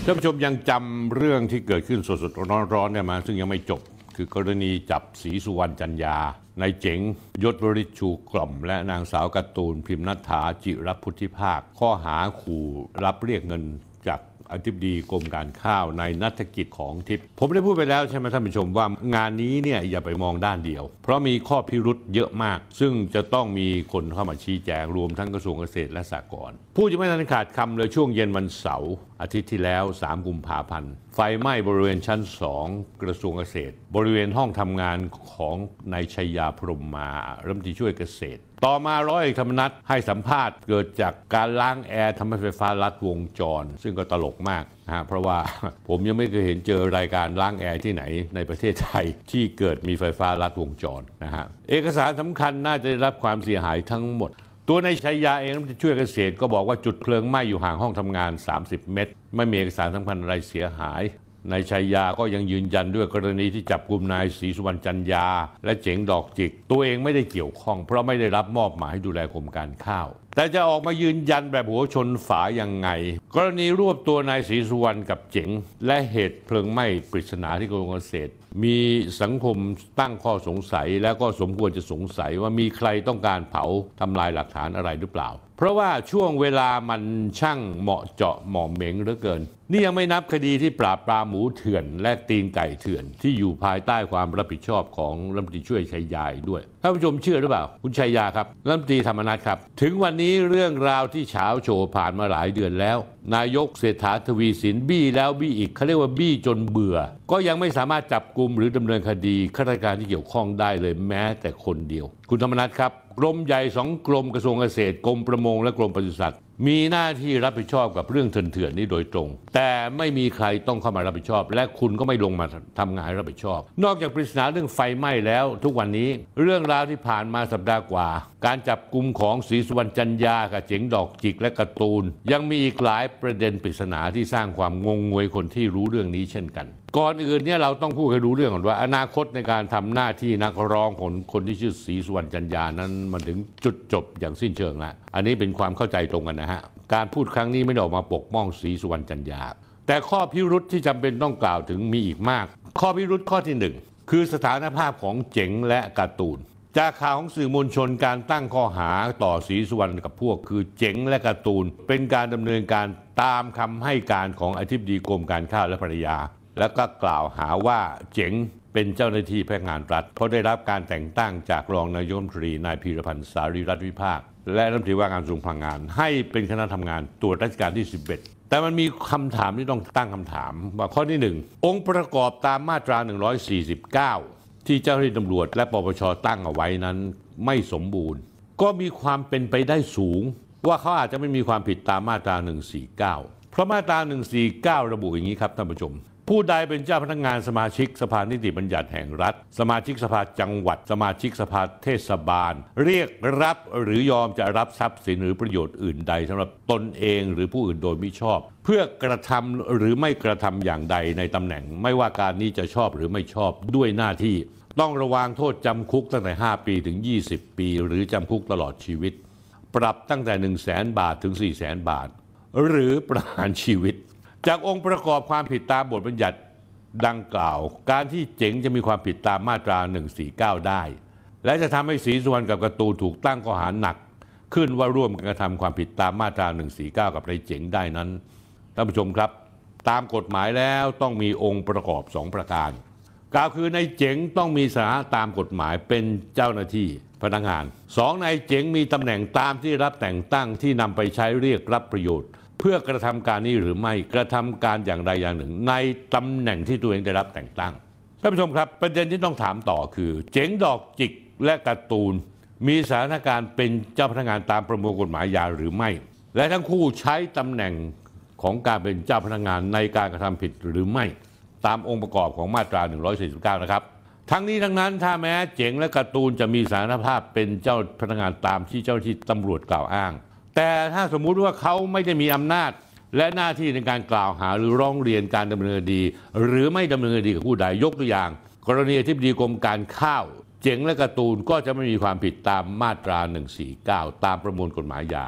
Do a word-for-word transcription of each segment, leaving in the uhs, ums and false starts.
ท่านผู้ชมยังจำเรื่องที่เกิดขึ้นสดๆร้อนๆเนี่ยมาซึ่งยังไม่จบคือกรณีจับศรีสุวรรณจันยานายเจ๋งยศวริชชูกล่อมและนางสาวการ์ตูนพิมพ์นัฐฐาจิรพุทธิภาคข้อหาขู่รับเรียกเงินจากอธิบดีกรมการข้าวในนัฐกิจของทิพย์ผมได้พูดไปแล้วใช่ไหมท่านผู้ชมว่างานนี้เนี่ยอย่าไปมองด้านเดียวเพราะมีข้อพิรุธเยอะมากซึ่งจะต้องมีคนเข้ามาชี้แจงรวมทั้งกระทรวงเกษตรและสหกรณ์พูดจะไม่ทันขาดคำเลยช่วงเย็นวันเสาร์อาทิตย์ที่แล้วสามกุมภาพันธ์ไฟไหม้บริเวณชั้นสองกระทรวงเกษตรบริเวณห้องทำงานของนายชัยยาพรหมมารัฐมนตรีช่วยเกษตรต่อมาร้อยเอกธรรมนัสให้สัมภาษณ์เกิดจากการล้างแอร์ทำให้ไฟฟ้าลัดวงจรซึ่งก็ตลกมากนะฮะเพราะว่าผมยังไม่เคยเห็นเจอรายการล้างแอร์ที่ไหนในประเทศไทยที่เกิดมีไฟฟ้าลัดวงจรนะฮะเอกสารสำคัญน่าจะได้รับความเสียหายทั้งหมดตัวในชัยยาเองที่ช่วยเกษตรก็บอกว่าจุดเพลิงไหม้อยู่ห่างห้องทำงานสามสิบเมตรไม่มีเอกสารสำคัญอะไรเสียหายนายชัยยาก็ยังยืนยันด้วยกรณีที่จับกุมนายศรีสุวรรณจันยาและเจ๋งดอกจิกตัวเองไม่ได้เกี่ยวข้องเพราะไม่ได้รับมอบหมายให้ดูแลกรมการข้าวแต่จะออกมายืนยันแบบหัวชนฝายังไงกรณีรวบตัวนายศรีสุวรรณกับเจ๋งและเหตุเพลิงไหม้ปริศนาที่กรมเกษตรมีสังคมตั้งข้อสงสัยแล้วก็สมควรจะสงสัยว่ามีใครต้องการเผาทำลายหลักฐานอะไรหรือเปล่าเพราะว่าช่วงเวลามันช่างเหมาะเจาะเหมาะเหม็งเหลือเกินนี่ยังไม่นับคดีที่ปราบปรามหมูเถื่อนและตีนไก่เถื่อนที่อยู่ภายใต้ความรับผิดชอบของรัฐมนตรีช่วยชัยยาด้วยท่านผู้ชมเชื่อหรือเปล่าคุณชัยยาครับรัฐมนตรีธรรมนัสครับถึงวันนี้เรื่องราวที่เฉาโชว์ผ่านมาหลายเดือนแล้วนายกเศรษฐาทวีสินบี้แล้วบี้อีกเขาเรียกว่าบี้จนเบื่อก็ยังไม่สามารถจับกุมหรือดำเนินคดีข้าราชการที่เกี่ยวข้องได้เลยแม้แต่คนเดียวคุณธรรมนัสครับกรมใหญ่สองกรมกระทรวงเกษตรกรมประมงและกรมปศุสัตว์มีหน้าที่รับผิดชอบกับเรื่องเถื่อนๆนี้โดยตรงแต่ไม่มีใครต้องเข้ามารับผิดชอบและคุณก็ไม่ลงมาทำงานรับผิดชอบนอกจากปริศนาเรื่องไฟไหม้แล้วทุกวันนี้เรื่องราวที่ผ่านมาสัปดาห์กว่าการจับกุมของศรีสุวรรณจันยากับเจ๋งดอกจิกและการ์ตูนยังมีอีกหลายประเด็นปริศนาที่สร้างความงงงวยคนที่รู้เรื่องนี้เช่นกันก่อนอื่นเนี่ยเราต้องพูดให้รู้เรื่องก่อนว่าอนาคตในการทำหน้าที่นักร้องของคนที่ชื่อศรีสุวรรณจันยานั้นมันถึงจุดจบอย่างสิ้นเชิงแล้วอันนี้เป็นความเข้าใจตรงกันนะฮะการพูดครั้งนี้ไม่ได้ออกมาปกป้องศรีสุวรรณจันยาแต่ข้อพิรุธที่จำเป็นต้องกล่าวถึงมีอีกมากข้อพิรุธข้อที่หนึ่งคือสถานภาพของเจ๋งและการ์ตูนจากข่าวของสื่อมวลชนการตั้งข้อหาต่อศรีสุวรรณกับพวกคือเจ๋งและการ์ตูนเป็นการดำเนินการตามคำให้การของอธิบดีกรมการข้าวและภรรยาแล้วก็กล่าวหาว่าเจ๋งเป็นเจ้าหน้าที่พนักงานรัฐเพราะได้รับการแต่งตั้งจากรองนายกรัฐมนตรีนายพีรพันธ์สารีรัตน์วิภาคและรัฐมนตรีว่าการกระทรวงพลังงานให้เป็นคณะทำงานตรวจราชการที่สิบเอ็ดแต่มันมีคำถามที่ต้องตั้งคำถามว่าข้อที่หนึ่งองค์ประกอบตามมาตราหนึ่งร้อยสี่สิบเก้าที่เจ้าหน้าที่ตำรวจและปปชตั้งเอาไว้นั้นไม่สมบูรณ์ก็มีความเป็นไปได้สูงว่าเขาอาจจะไม่มีความผิดตามมาตราหนึ่งสี่เก้าเพราะมาตราหนึ่งสี่เก้าระบุอย่างนี้ครับท่านผู้ชมผู้ใดเป็นเจ้าพนักงานสมาชิกสภานิติบัญญัติแห่งรัฐสมาชิกสภาจังหวัดสมาชิกสภาเทศบาลเรียกรับหรือยอมจะรับทรัพย์สินหรือประโยชน์อื่นใดสำหรับตนเองหรือผู้อื่นโดยมิชอบเพื่อกระทำหรือไม่กระทำอย่างใดในตำแหน่งไม่ว่าการนี้จะชอบหรือไม่ชอบด้วยหน้าที่ต้องระวางโทษจำคุกตั้งแต่ห้าปีถึงยี่สิบปีหรือจำคุกตลอดชีวิตปรับตั้งแต่ หนึ่งแสน บาทถึง สี่แสน บาทหรือประหารชีวิตจากองค์ประกอบความผิดตามบทบัญญัติดังกล่าวการที่เจ๋งจะมีความผิดตามมาตราหนึ่งสี่เก้าได้และจะทำให้ศรีสุวรรณกับการ์ตูนถูกตั้งข้อหาหนักขึ้นว่าร่วมกันกระทำความผิดตามมาตราหนึ่งสี่เก้ากับนายเจ๋งได้นั้นท่านผู้ชมครับตามกฎหมายแล้วต้องมีองค์ประกอบสองประการกล่าวคือนายเจ๋งต้องมีสถานะตามกฎหมายเป็นเจ้าหน้าที่พนักงานสองนายเจ๋งมีตำแหน่งตามที่รับแต่งตั้งที่นำไปใช้เรียกรับประโยชน์เพื่อกระทำการนี้หรือไม่กระทำการอย่างใดอย่างหนึ่งในตำแหน่งที่ตัวเองได้รับแต่งตั้งท่านผู้ชมครับประเด็นที่ต้องถามต่อคือเจ๋งดอกจิกและการ์ตูนมีสถานการณ์เป็นเจ้าพนักงานตามประมวลกฎหมายยาหรือไม่และทั้งคู่ใช้ตำแหน่งของการเป็นเจ้าพนักงานในการกระทำผิดหรือไม่ตามองค์ประกอบของมาตราหนึ่งร้อยสี่สิบเก้านะครับทั้งนี้ทั้งนั้นถ้าแม้เจ๋งและการ์ตูนจะมีสถานภาพเป็นเจ้าพนักงานตามที่เจ้าหน้าที่ตำรวจกล่าวอ้างแต่ถ้าสมมุติว่าเขาไม่ได้มีอำนาจและหน้าที่ในการกล่าวหาหรือร้องเรียนการดำเนินคดีหรือไม่ดำเนินคดีกับผู้ใดยกตัวอย่างกรณีอธิบดีกรมการข้าวเจ๋งและการ์ตูนก็จะไม่มีความผิดตามมาตราหนึ่งสี่เก้าตามประมวลกฎหมายยาเพ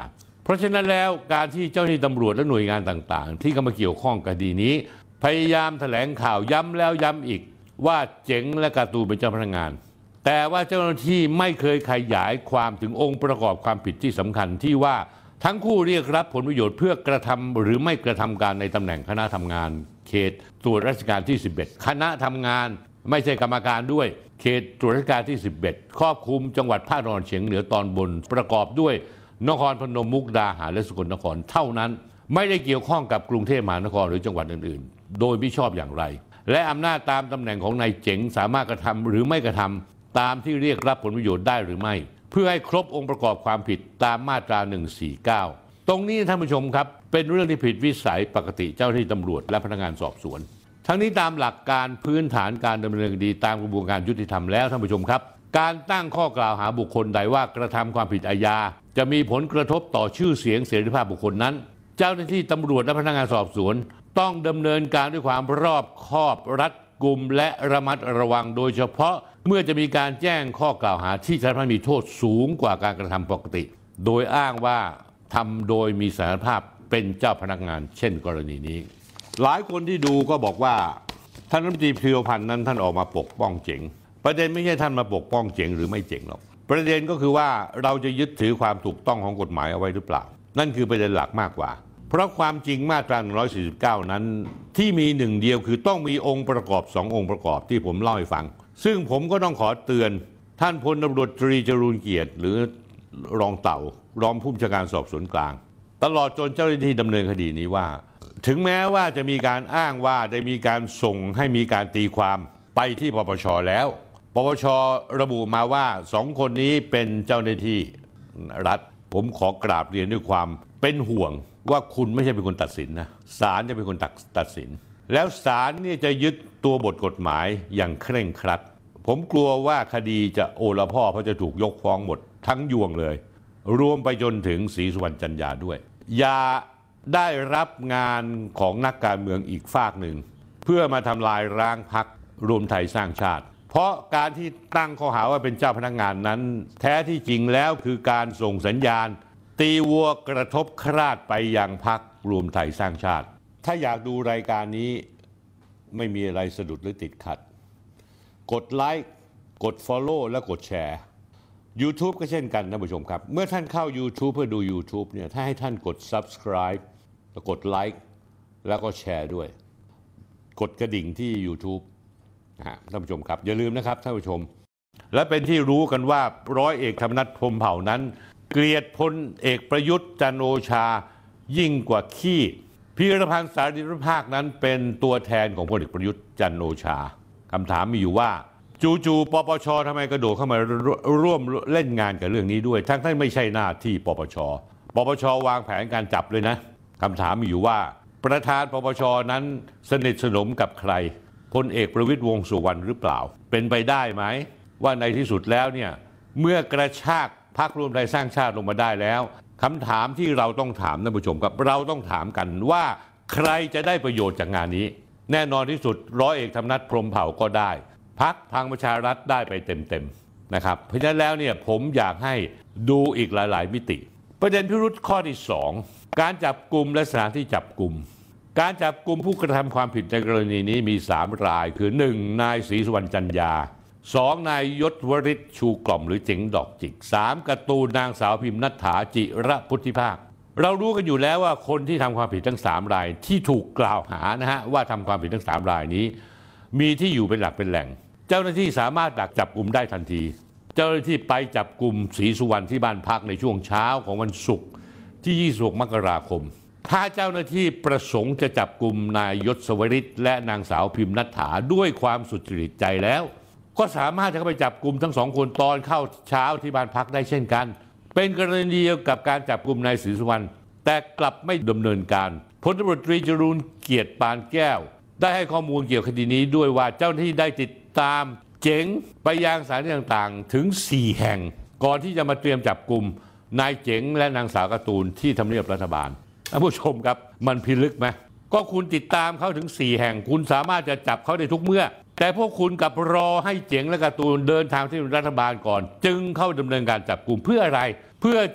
ราะฉะนั้นแล้วการที่เจ้าหน้าที่ตำรวจและหน่วยงานต่างๆที่เข้ามาเกี่ยวข้องกับคดีนี้พยายามแถลงข่าวย้ำแล้วย้ำอีกว่าเจ๋งและการ์ตูนเป็นเจ้าพนักงานแต่ว่าเจ้าหน้าที่ไม่เคยขยายความถึงองค์ประกอบความผิดที่สำคัญที่ว่าทั้งคู่เรียกรับผลประโยชน์เพื่อกระทำหรือไม่กระทำการในตำแหน่งคณะทำงานเขตตรวจราชการที่สิบเอ็ดคณะทำงานไม่ใช่กรรมการด้วยเขตตรวจราชการที่สิบเอ็ดครอบคลุมจังหวัดภาคตะวันออกเฉียงเหนือตอนบนประกอบด้วยนครพนมมุกดาหารและสกลนครเท่านั้นไม่ได้เกี่ยวข้องกับกรุงเทพมหานครหรือจังหวัดอื่นๆโดยไม่ชอบอย่างไรและอำนาจตามตำแหน่งของนายเจ๋งสามารถกระทำหรือไม่กระทำตามที่เรียกรับผลประโยชน์ได้หรือไม่เพื่อให้ครบองค์ประกอบความผิดตามมาตราหนึ่งสี่เก้าตรงนี้ท่านผู้ชมครับเป็นเรื่องที่ผิดวิสัยปกติเจ้าหน้าที่ตำรวจและพนักงานสอบสวนทั้งนี้ตามหลักการพื้นฐานการดำเนินคดีตามกระบวนการยุติธรรมแล้วท่านผู้ชมครับการตั้งข้อกล่าวหาบุคคลใดว่ากระทำความผิดอาญาจะมีผลกระทบต่อชื่อเสียงเสรีภาพบุคคลนั้นเจ้าหน้าที่ตำรวจและพนักงานสอบสวนต้องดำเนินการด้วยความรอบคอบรัดกุมและระมัดระวังโดยเฉพาะเมื่อจะมีการแจ้งข้อกล่าวหาที่จะทำให้มีโทษสูงกว่าการกระทำปกติโดยอ้างว่าทำโดยมีสารภาพเป็นเจ้าพนักงานเช่นกรณีนี้หลายคนที่ดูก็บอกว่าท่านรัฐมนตรีพีรพันธ์นั้นท่านออกมาปกป้องเจ๋งประเด็นไม่ใช่ท่านมาปกป้องเจ๋งหรือไม่เจ๋งหรอกประเด็นก็คือว่าเราจะยึดถือความถูกต้องของกฎหมายเอาไว้หรือเปล่านั่นคือประเด็นหลักมากกว่าเพราะความจริงมาตราหนึ่งร้อยสี่สิบเก้านั้นที่มีหนึ่งเดียวคือต้องมีองค์ประกอบสององค์ประกอบที่ผมเล่าให้ฟังซึ่งผมก็ต้องขอเตือนท่านพลตำรวจตรีจรูญเกียรติหรือรองเต่ารองผู้บัญชาการสอบสวนกลางตลอดจนเจ้าหน้าที่ดำเนินคดีนี้ว่าถึงแม้ว่าจะมีการอ้างว่าได้มีการส่งให้มีการตีความไปที่ปปช.แล้วปปช.ระบุมาว่าสองคนนี้เป็นเจ้าหน้าที่รัฐผมขอกราบเรียนด้วยความเป็นห่วงว่าคุณไม่ใช่เป็นคนตัดสินนะศาลจะเป็นคนตัดสินแล้วศาลเนี่ยจะยึดตัวบทกฎหมายอย่างเคร่งครัดผมกลัวว่าคดีจะโอละพ่อเพราะจะถูกยกฟ้องหมดทั้งยวงเลยรวมไปจนถึงศรีสุวรรณจันยาด้วยอย่าได้รับงานของนักการเมืองอีกฝากหนึ่งเพื่อมาทำลายร้างพรรครวมไทยสร้างชาติเพราะการที่ตั้งข้อหาว่าเป็นเจ้าพนักงานนั้นแท้ที่จริงแล้วคือการส่งสัญญาณตีวัวกระทบคราดไปยังพรรครวมไทยสร้างชาติถ้าอยากดูรายการนี้ไม่มีอะไรสะดุดหรือติดขัดกดไลค์กด Follow และกดแชร์ YouTube ก็เช่นกันท่านผู้ชมครับเมื่อท่านเข้า YouTube เพื่อดู YouTube เนี่ยถ้าให้ท่านกด Subscribe แล้วกดไลค์แล้วก็แชร์ด้วยกดกระดิ่งที่ YouTube ท่านผู้ชมครับอย่าลืมนะครับท่านผู้ชมและเป็นที่รู้กันว่าร้อยเอกธรรมนัสพรหมเผ่านั้นเกลียดพลเอกประยุทธ์จันทร์โอชายิ่งกว่าขี้พีรพันธ์สารีรภาคนั้นเป็นตัวแทนของพลเอกประยุทธ์จันทร์โอชาคำถามมีอยู่ว่าจู่ๆปปช.ทำไมกระโดดเข้ามาร่วมเล่นงานกับเรื่องนี้ด้วยทั้งที่ไม่ใช่หน้าที่ปปช.ปปช.วางแผนการจับเลยนะคำถามมีอยู่ว่าประธานปปช.นั้นสนิทสนมกับใครพลเอกประวิตรวงษ์สุวรรณหรือเปล่าเป็นไปได้ไหมว่าในที่สุดแล้วเนี่ยเมื่อกระชากพรรครวมไทยสร้างชาติลงมาได้แล้วคำถามที่เราต้องถามท่านผู้ชมครับเราต้องถามกันว่าใครจะได้ประโยชน์จากงานนี้แน่นอนที่สุดร้อยเอกธรรมนัสพรหมเผ่าก็ได้พรรคพลังประชารัฐได้ไปเต็มๆนะครับเพราะฉะนั้นแล้วเนี่ยผมอยากให้ดูอีกหลายๆมิติประเด็นพิรุธข้อที่สองการจับกลุ่มและสถานที่จับกลุ่มการจับกลุ่มผู้กระทำความผิดในกรณีนี้มีสามรายคือหนึ่งนายศรีสุวรรณจันยาสองนายยศวริศชูกล่อมหรือเจ๋งดอกจิกสามการ์ตูนนางสาวพิมพ์ณัฐฐาจิระพุทธิภาคเรารู้กันอยู่แล้วว่าคนที่ทำความผิดทั้งสามรายที่ถูกกล่าวหานะฮะว่าทำความผิดทั้งสามรายนี้มีที่อยู่เป็นหลักเป็นแหล่งเจ้าหน้าที่สามารถดักจับกลุ่มได้ทันทีเจ้าหน้าที่ไปจับกลุ่มศรีสุวรรณที่บ้านพักในช่วงเช้าของวันศุกร์ที่ยี่สิบหกมกราคมถ้าเจ้าหน้าที่ประสงค์จะจับกลุ่มนายยศวริศและนางสาวพิมพ์ณัฐฐาด้วยความสุจริตใจแล้วก็สามารถจะเข้าไปจับกลุ่มทั้งสองคนตอนเข้าเช้าที่บ้านพักได้เช่นกันเป็นกรณีเดียวกับการจับกลุ่มนายศรีสุวรรณแต่กลับไม่ดำเนินการพลตำรวจตรีจรูญเกียรติปานแก้วได้ให้ข้อมูลเกี่ยวกับคดีนี้ด้วยว่าเจ้าหน้าที่ได้ติดตามเจ๋งไปยังสถานที่ต่างๆถึงสี่แห่งก่อนที่จะมาเตรียมจับกลุ่มนายเจ๋งและนางสาวการ์ตูนที่ทำเนียบรัฐบาลท่านผู้ชมครับมันพิลึกไหมก็คุณติดตามเขาถึงสี่แห่งคุณสามารถจะจับเขาได้ทุกเมื่อแต่พวกคุณกับรอให้เจ๋งและการ์ตูนเดินทางที่รัฐบาลก่อนจึงเข้าดำเนินการจับกลุ่มเพื่ออะไรเพื่อจะ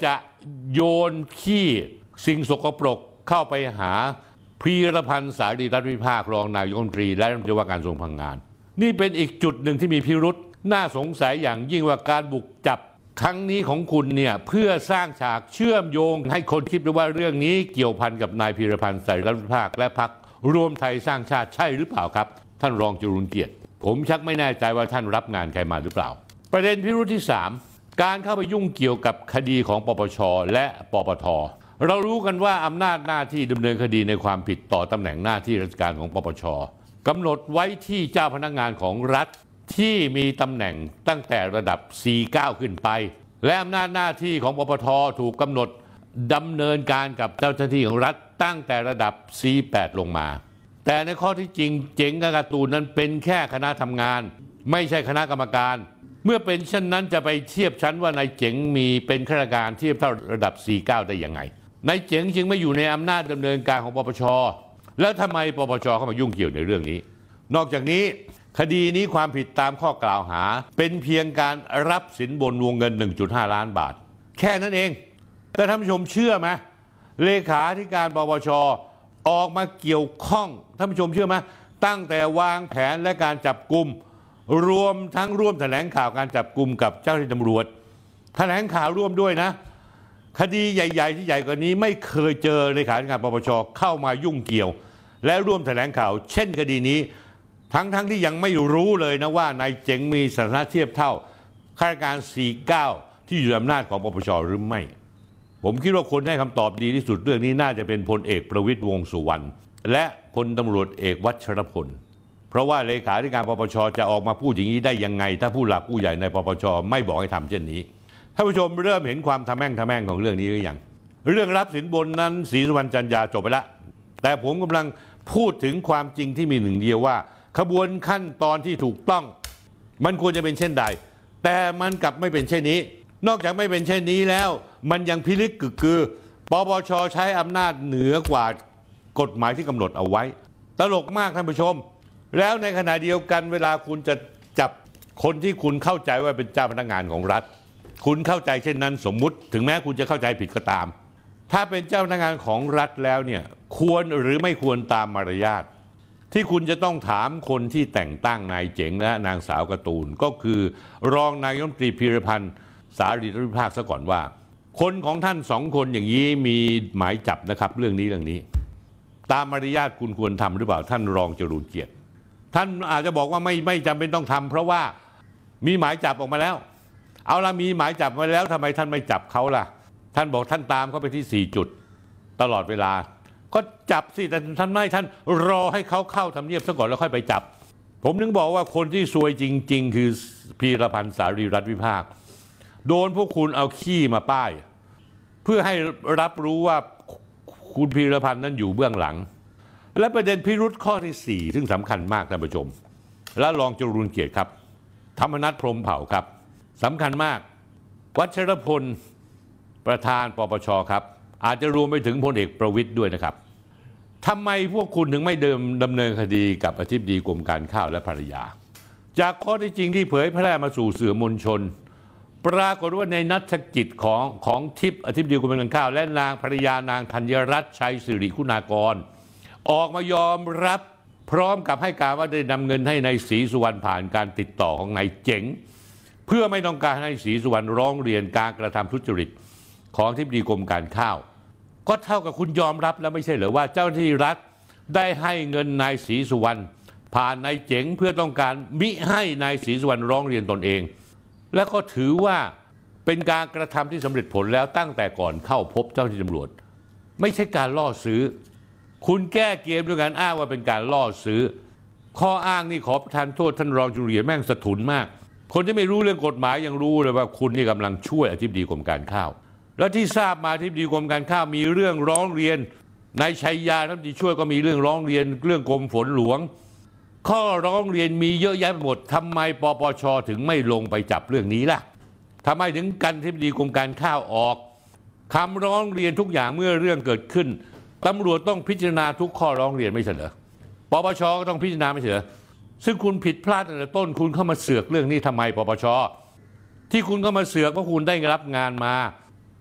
โยนขี้สิ่งสกปรกเข้าไปหาพีรพันธ์สารีรัฐวิภาครองนายกรัฐมนตรีและรัฐมนตรีว่าการกระทรวงพลังงานนี่เป็นอีกจุดหนึ่งที่มีพิรุษน่าสงสัยอย่างยิ่งว่าการบุกจับครั้งนี้ของคุณเนี่ยเพื่อสร้างฉากเชื่อมโยงให้คนคิดว่าเรื่องนี้เกี่ยวพันกับนายพีรพันธ์สารีรัฐวิภาคและพรรครวมไทยสร้างชาติใช่หรือเปล่าครับท่านรองจรูญเกียรติผมชักไม่แน่ใจว่าท่านรับงานใครมาหรือเปล่าประเด็นพิรุธที่สามการเข้าไปยุ่งเกี่ยวกับคดีของปปชและปปทเรารู้กันว่าอำนาจหน้าที่ดำเนินคดีในความผิดต่อตำแหน่งหน้าที่ราชการของปปชกำหนดไว้ที่เจ้าพนักงานของรัฐที่มีตำแหน่งตั้งแต่ระดับ สี่สิบเก้า ขึ้นไปและอำนาจหน้าที่ของปปทถูกกำหนดดำเนินการกับเจ้าหน้าที่ของรัฐตั้งแต่ระดับ สี่สิบแปด ลงมาแต่ในข้อที่จริงเจ๋งกับการ์ตูนนั้นเป็นแค่คณะทำงานไม่ใช่คณะกรรมการเมื่อเป็นเช่นนั้นจะไปเทียบชั้นว่านายเจ๋งมีเป็นข้าราชการเทียบเท่าระดับ สี่สิบเก้า ได้ยังไงนายเจ๋งจึงไม่อยู่ในอำนาจดำเนินการของปปชแล้วทำไมปปชเข้ามายุ่งเกี่ยวในเรื่องนี้นอกจากนี้คดีนี้ความผิดตามข้อกล่าวหาเป็นเพียงการรับสินบนวงเงิน หนึ่งจุดห้า ล้านบาทแค่นั้นเองแต่ท่านผู้ชมเชื่อไหมเลขาธิการปปชออกมาเกี่ยวข้องท่านผู้ชมเชื่อไหมตั้งแต่วางแผนและการจับกุมรวมทั้งร่วมแถลงข่าวการจับกุมกับเจ้าหน้าที่ตำรวจแถลงข่าวร่วมด้วยนะคดีใหญ่ๆที่ใหญ่กว่านี้ไม่เคยเจอเลขาธิการปปชเข้ามายุ่งเกี่ยวและร่วมแถลงข่าวเช่นคดีนี้ทั้งๆ ท, ที่ยังไม่รู้เลยนะว่านายเจ๋งมีสถานะเทียบเท่าข้าราชการ สี่สิบเก้า ที่อยู่ในอำนาจของปปชหรือไม่ผมคิดว่าคนให้คำตอบดีที่สุดเรื่องนี้น่าจะเป็นพลเอกประวิตรวงษ์สุวรรณและพลตำรวจเอกวัชรพลเพราะว่าเลขาธิการปปชจะออกมาพูดอย่างนี้ได้ยังไงถ้าผู้หลักผู้ใหญ่ในปปชไม่บอกให้ทำเช่นนี้ท่านผู้ชมเริ่มเห็นความทะแม่งทะแม่งของเรื่องนี้หรือยังเรื่องรับสินบนนั้นศรีสุวรรณจันยาจบไปแล้วแต่ผมกำลังพูดถึงความจริงที่มีหนึ่งเดียวว่าขบวนขั้นตอนที่ถูกต้องมันควรจะเป็นเช่นใดแต่มันกลับไม่เป็นเช่นนี้นอกจากไม่เป็นเช่นนี้แล้วมันยังพิลึกกึกกือปปชใช้อำนาจเหนือกว่ากฎหมายที่กำหนดเอาไว้ตลกมากท่านผู้ชมแล้วในขณะเดียวกันเวลาคุณจะจับคนที่คุณเข้าใจว่าเป็นเจ้าพนักงานของรัฐคุณเข้าใจเช่นนั้นสมมุติถึงแม้คุณจะเข้าใจผิดก็ตามถ้าเป็นเจ้าพนักงานของรัฐแล้วเนี่ยควรหรือไม่ควรตามมารยาทที่คุณจะต้องถามคนที่แต่งตั้งนายเจ๋งและนางสาวการ์ตูนก็คือรองนายกรัฐมนตรีพีรพันธ์สารีรัฐวิภาคซะก่อนว่าคนของท่านสองคนอย่างนี้มีหมายจับนะครับเรื่องนี้เรื่องนี้ตามมารยาทคุณควรทำหรือเปล่าท่านรองจรูญเกียรติท่านอาจจะบอกว่าไม่ไม่จำเป็นต้องทำเพราะว่ามีหมายจับออกมาแล้วเอาละมีหมายจับมาแล้วทำไมท่านไม่จับเขาล่ะท่านบอกท่านตามเขาไปที่สี่จุดตลอดเวลาก็จับสิแต่ท่านไม่ท่านรอให้เขาเข้าทำเนียบซะก่อนแล้วค่อยไปจับผมนึงบอกว่าคนที่ซวยจริงๆคือพีรพันธ์สารีรัฐวิภาคโดนพวกคุณเอาขี้มาป้ายเพื่อให้รับรู้ว่าคุณพีรพันธ์นั้นอยู่เบื้องหลังและประเด็นพิรุธข้อที่สี่ซึ่งสำคัญมากท่านผู้ชมและรองจรูญเกียรติครับธรรมนัสพรหมเผ่าครับสำคัญมากวัชรพลประธานปปชครับอาจจะรวมไปถึงพลเอกประวิตรด้วยนะครับทำไมพวกคุณถึงไม่เดิมดำเนินคดีกับอธิบดีกรมการข้าวและภรรยาจากข้อที่จริงที่เผยแพร่มาสู่สื่อมวลชนปรากฏว่าในนัฐกิจของของทิพย์อธิบดีกรมการข้าวและนางภรรยานางธัญรัตน์ชัยสิริคุณากรออกมายอมรับพร้อมกับให้การว่าได้นำเงินให้นายศรีสุวรรณผ่านการติดต่อของนายเจ๋งเพื่อไม่ต้องการให้ศรีสุวรรณร้องเรียนการกระทำทุจริตของอธิบดีกรมการข้าวก็เท่ากับคุณยอมรับแล้วไม่ใช่เหรอว่าเจ้าหน้าที่รัฐได้ให้เงินนายศรีสุวรรณผ่านนายเจ๋งเพื่อต้องการมิให้นายศรีสุวรรณร้องเรียนตนเองและก็ถือว่าเป็นการกระทำที่สำเร็จผลแล้วตั้งแต่ก่อนเข้าพบเจ้าหน้าที่ตำรวจไม่ใช่การล่อซื้อคุณแก้เกมด้วยการอ้างว่าเป็นการล่อซื้อข้ออ้างนี่ขอประทานโทษท่านรองจุเรียนแม่งสะทุนมากคนที่ไม่รู้เรื่องกฎหมายยังรู้เลยว่าคุณนี่กำลังช่วยอธิบดีกรมการข้าวและที่ทราบมาอธิบดีกรมการข้าวมีเรื่องร้องเรียนนายชัยยาท่านที่ช่วยก็มีเรื่องร้องเรียนเรื่องกรมฝนหลวงข้อร้องเรียนมีเยอะแยะไปหมดทำไมปปชถึงไม่ลงไปจับเรื่องนี้ล่ะทำไมถึงกันอธิบดีกรมการข้าวออกคำร้องเรียนทุกอย่างเมื่อเรื่องเกิดขึ้นตำรวจต้องพิจารณาทุกข้อร้องเรียนไม่ใช่เหรอปปชก็ต้องพิจารณาไม่ใช่เหรอซึ่งคุณผิดพลาดตั้งแต่ต้นคุณเข้ามาเสือกเรื่องนี้ทำไมปปชที่คุณเข้ามาเสือกเพราะคุณได้รับงานมา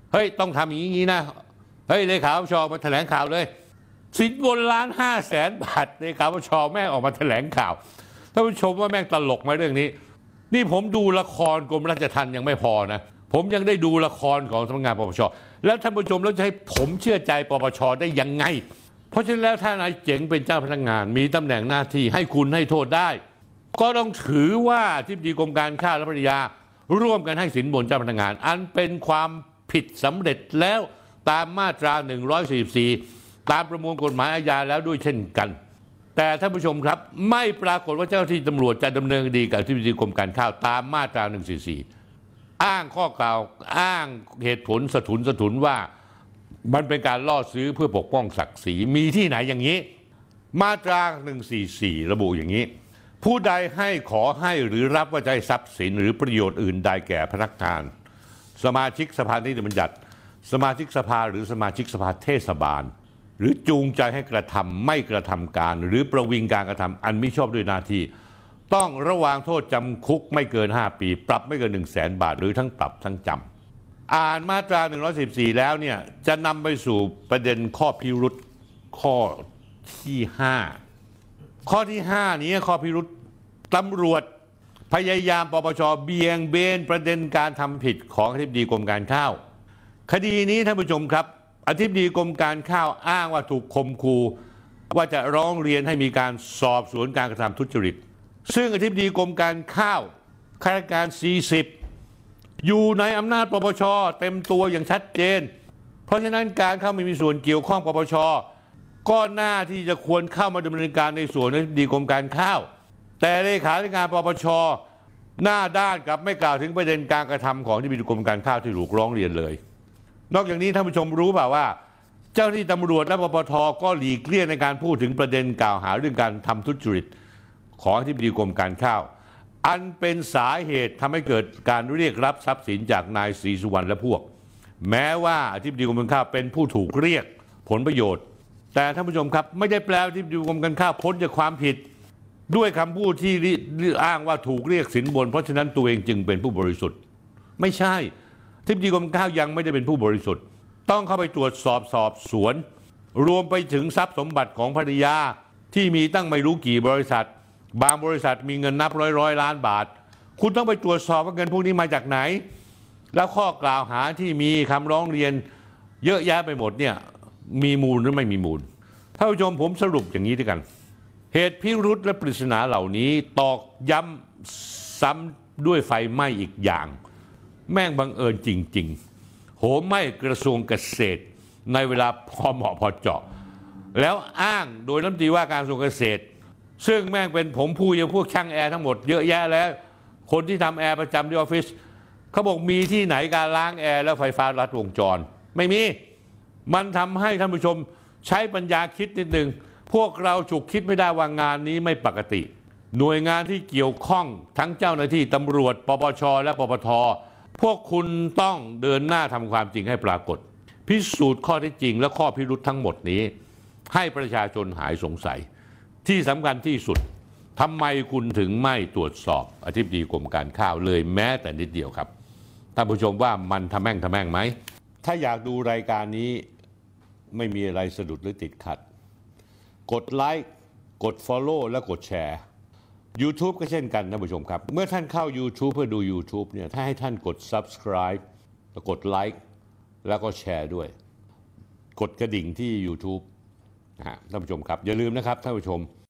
เฮ้ยต้องทำอย่างนี้นะเฮ้ยเลขาปปชมาแถลงข่าวเลยสินบนล้านห้าแสนบาทเลขาปปชแม่งออกมาแถลงข่าวท่านผู้ชมว่าแม่งตลกไหมเรื่องนี้นี่ผมดูละครกรมราชทัณฑ์ยังไม่พอนะผมยังได้ดูละครของสำนักงานปปชแล้วท่านผู้ชมแล้วจะให้ผมเชื่อใจปปชได้ยังไงเพราะฉะนั้นแล้วถ้านายเจ๋งเป็นเจ้าพนักงานมีตำแหน่งหน้าที่ให้คุณให้โทษได้ก็ต้องถือว่าอธิบดีกรมการข้าวและภริยาร่วมกันให้สินบนเจ้าพนักงานอันเป็นความผิดสำเร็จแล้วตามมาตราหนึ่งร้อยสี่สิบสี่ตามประมวลกฎหมายอาญาแล้วด้วยเช่นกันแต่ท่านผู้ชมครับไม่ปรากฏว่าเจ้าหน้าที่ตำรวจจะดำเนินคดีกับอธิบดีกรมการข้าวตามมาตราหนึ่งร้อยสี่สิบสี่อ้างข้อกล่าวอ้างเหตุผลสะทุนสะทุนว่ามันเป็นการล่อซื้อเพื่อปกป้องศักดิ์ศรีมีที่ไหนอย่างนี้มาตราหนึ่งร้อยสี่สิบสี่ระบุอย่างนี้ผู้ใดให้ขอให้หรือรับว่าจะให้ทรัพย์สินหรือประโยชน์อื่นใดแก่พนักงานสมาชิกสภานิติบัญญัติสมาชิกสภาหรือสมาชิกสภาเทศบาลหรือจูงใจให้กระทำไม่กระทำการหรือประวิงการกระทำอันมิชอบด้วยหน้าที่ต้องระวางโทษจำคุกไม่เกินห้าปีปรับไม่เกินหนึ่งแสนบาทหรือทั้งปรับทั้งจำอ่านมาตราหนึ่งร้อยสิบสี่แล้วเนี่ยจะนำไปสู่ประเด็นข้อพิรุธข้อที่ห้าข้อที่ห้านี้ข้อพิรุธตำรวจพยายามปปชเบี่ยงเบนประเด็นการทำผิดของอธิบดีกรมการข้าวคดีนี้ท่านผู้ชมครับอธิบดีกรมการข้าวอ้างว่าถูกข่มขู่ว่าจะร้องเรียนให้มีการสอบสวนการกระทำทุจริตซึ่งอธิบดีกรมการข้าวข้าราชการสี่สิบอยู่ในอำนาจปปชเต็มตัวอย่างชัดเจนเพราะฉะนั้นการเข้ามามีส่วนเกี่ยวข้องปปชก็น่าที่จะควรเข้ามาดำเนินการในส่วนอธิบดีกรมการข้าวแต่เลขาธิการปปชหน้าด้านกับไม่กล่าวถึงประเด็นการกระทำของอธิบดีกรมการข้าวที่ถูกร้องเรียนเลยนอกจากนี้ท่านผู้ชมรู้เปล่าว่าเจ้าหน้าที่ตำรวจและปปทก็หลีกเลี่ยงในการพูดถึงประเด็นกล่าวหาเรื่องการทำทุจริตของอธิบดีกรมการข้าวอันเป็นสาเหตุทำให้เกิดการเรียกรับทรัพย์สินจากนายศรีสุวรรณและพวกแม้ว่าอธิบดีกรมการข้าวเป็นผู้ถูกเรียกผลประโยชน์แต่ท่านผู้ชมครับไม่ได้แปลว่าอธิบดีกรมการข้าวพ้นจากความผิดด้วยคำพูดที่อ้างว่าถูกเรียกสินบนเพราะฉะนั้นตัวเองจึงเป็นผู้บริสุทธิ์ไม่ใช่อธิบดีกรมการข้าวยังไม่ได้เป็นผู้บริสุทธิ์ต้องเข้าไปตรวจสอบสอบสวนรวมไปถึงทรัพย์สมบัติของภรรยาที่มีตั้งไม่รู้กี่บริษัทบางบริษัทมีเงินนับร้อยร้อยล้านบาทคุณต้องไปตรวจสอบว่าเงินพวกนี้มาจากไหนแล้วข้อกล่าวหาที่มีคำร้องเรียนเยอะแยะไปหมดเนี่ยมีมูลหรือไม่มีมูลท่านผู้ชมผมสรุปอย่างนี้ด้วยกันเหตุพิรุธและปริศนาเหล่านี้ตอกย้ำซ้ำด้วยไฟไหม้อีกอย่างแม่งบังเอิญจริงๆโหมไหม้กระทรวงเกษตรในเวลาพอเหมาะพอเจาะแล้วอ้างโดยรัฐมนตรีว่าการกระทรวงเกษตรซึ่งแม่งเป็นผมผู้ยังพวกช่างแอร์ทั้งหมดเยอะแยะแล้วคนที่ทำแอร์ประจำที่ออฟฟิศเขาบอกมีที่ไหนการล้างแอร์แล้วไฟฟ้าลัดวงจรไม่มีมันทำให้ท่านผู้ชมใช้ปัญญาคิดนิดหนึ่งพวกเราฉุกคิดไม่ได้ว่างานนี้ไม่ปกติหน่วยงานที่เกี่ยวข้องทั้งเจ้าหน้าที่ตำรวจปปชและปปทพวกคุณต้องเดินหน้าทำความจริงให้ปรากฏพิสูจน์ข้อเท็จจริงและข้อพิรุธทั้งหมดนี้ให้ประชาชนหายสงสัยที่สำคัญที่สุดทำไมคุณถึงไม่ตรวจสอบอธิบดีกรมการข้าวเลยแม้แต่นิดเดียวครับท่านผู้ชมว่ามันทำแม่งทำแม่งไหมถ้าอยากดูรายการนี้ไม่มีอะไรสะดุดหรือติดขัดกดไลค์กด Follow และกดแชร์ YouTube ก็เช่นกันท่านผู้ชมครับเมื่อท่านเข้า YouTube เพื่อดู YouTube เนี่ยถ้าให้ท่านกด Subscribe แล้วกดไลค์แล้วก็แชร์ด้วยกดกระดิ่งที่ YouTube นะฮะท่านผู้ชมครับอย่าลืมนะครับท่านผู้ชม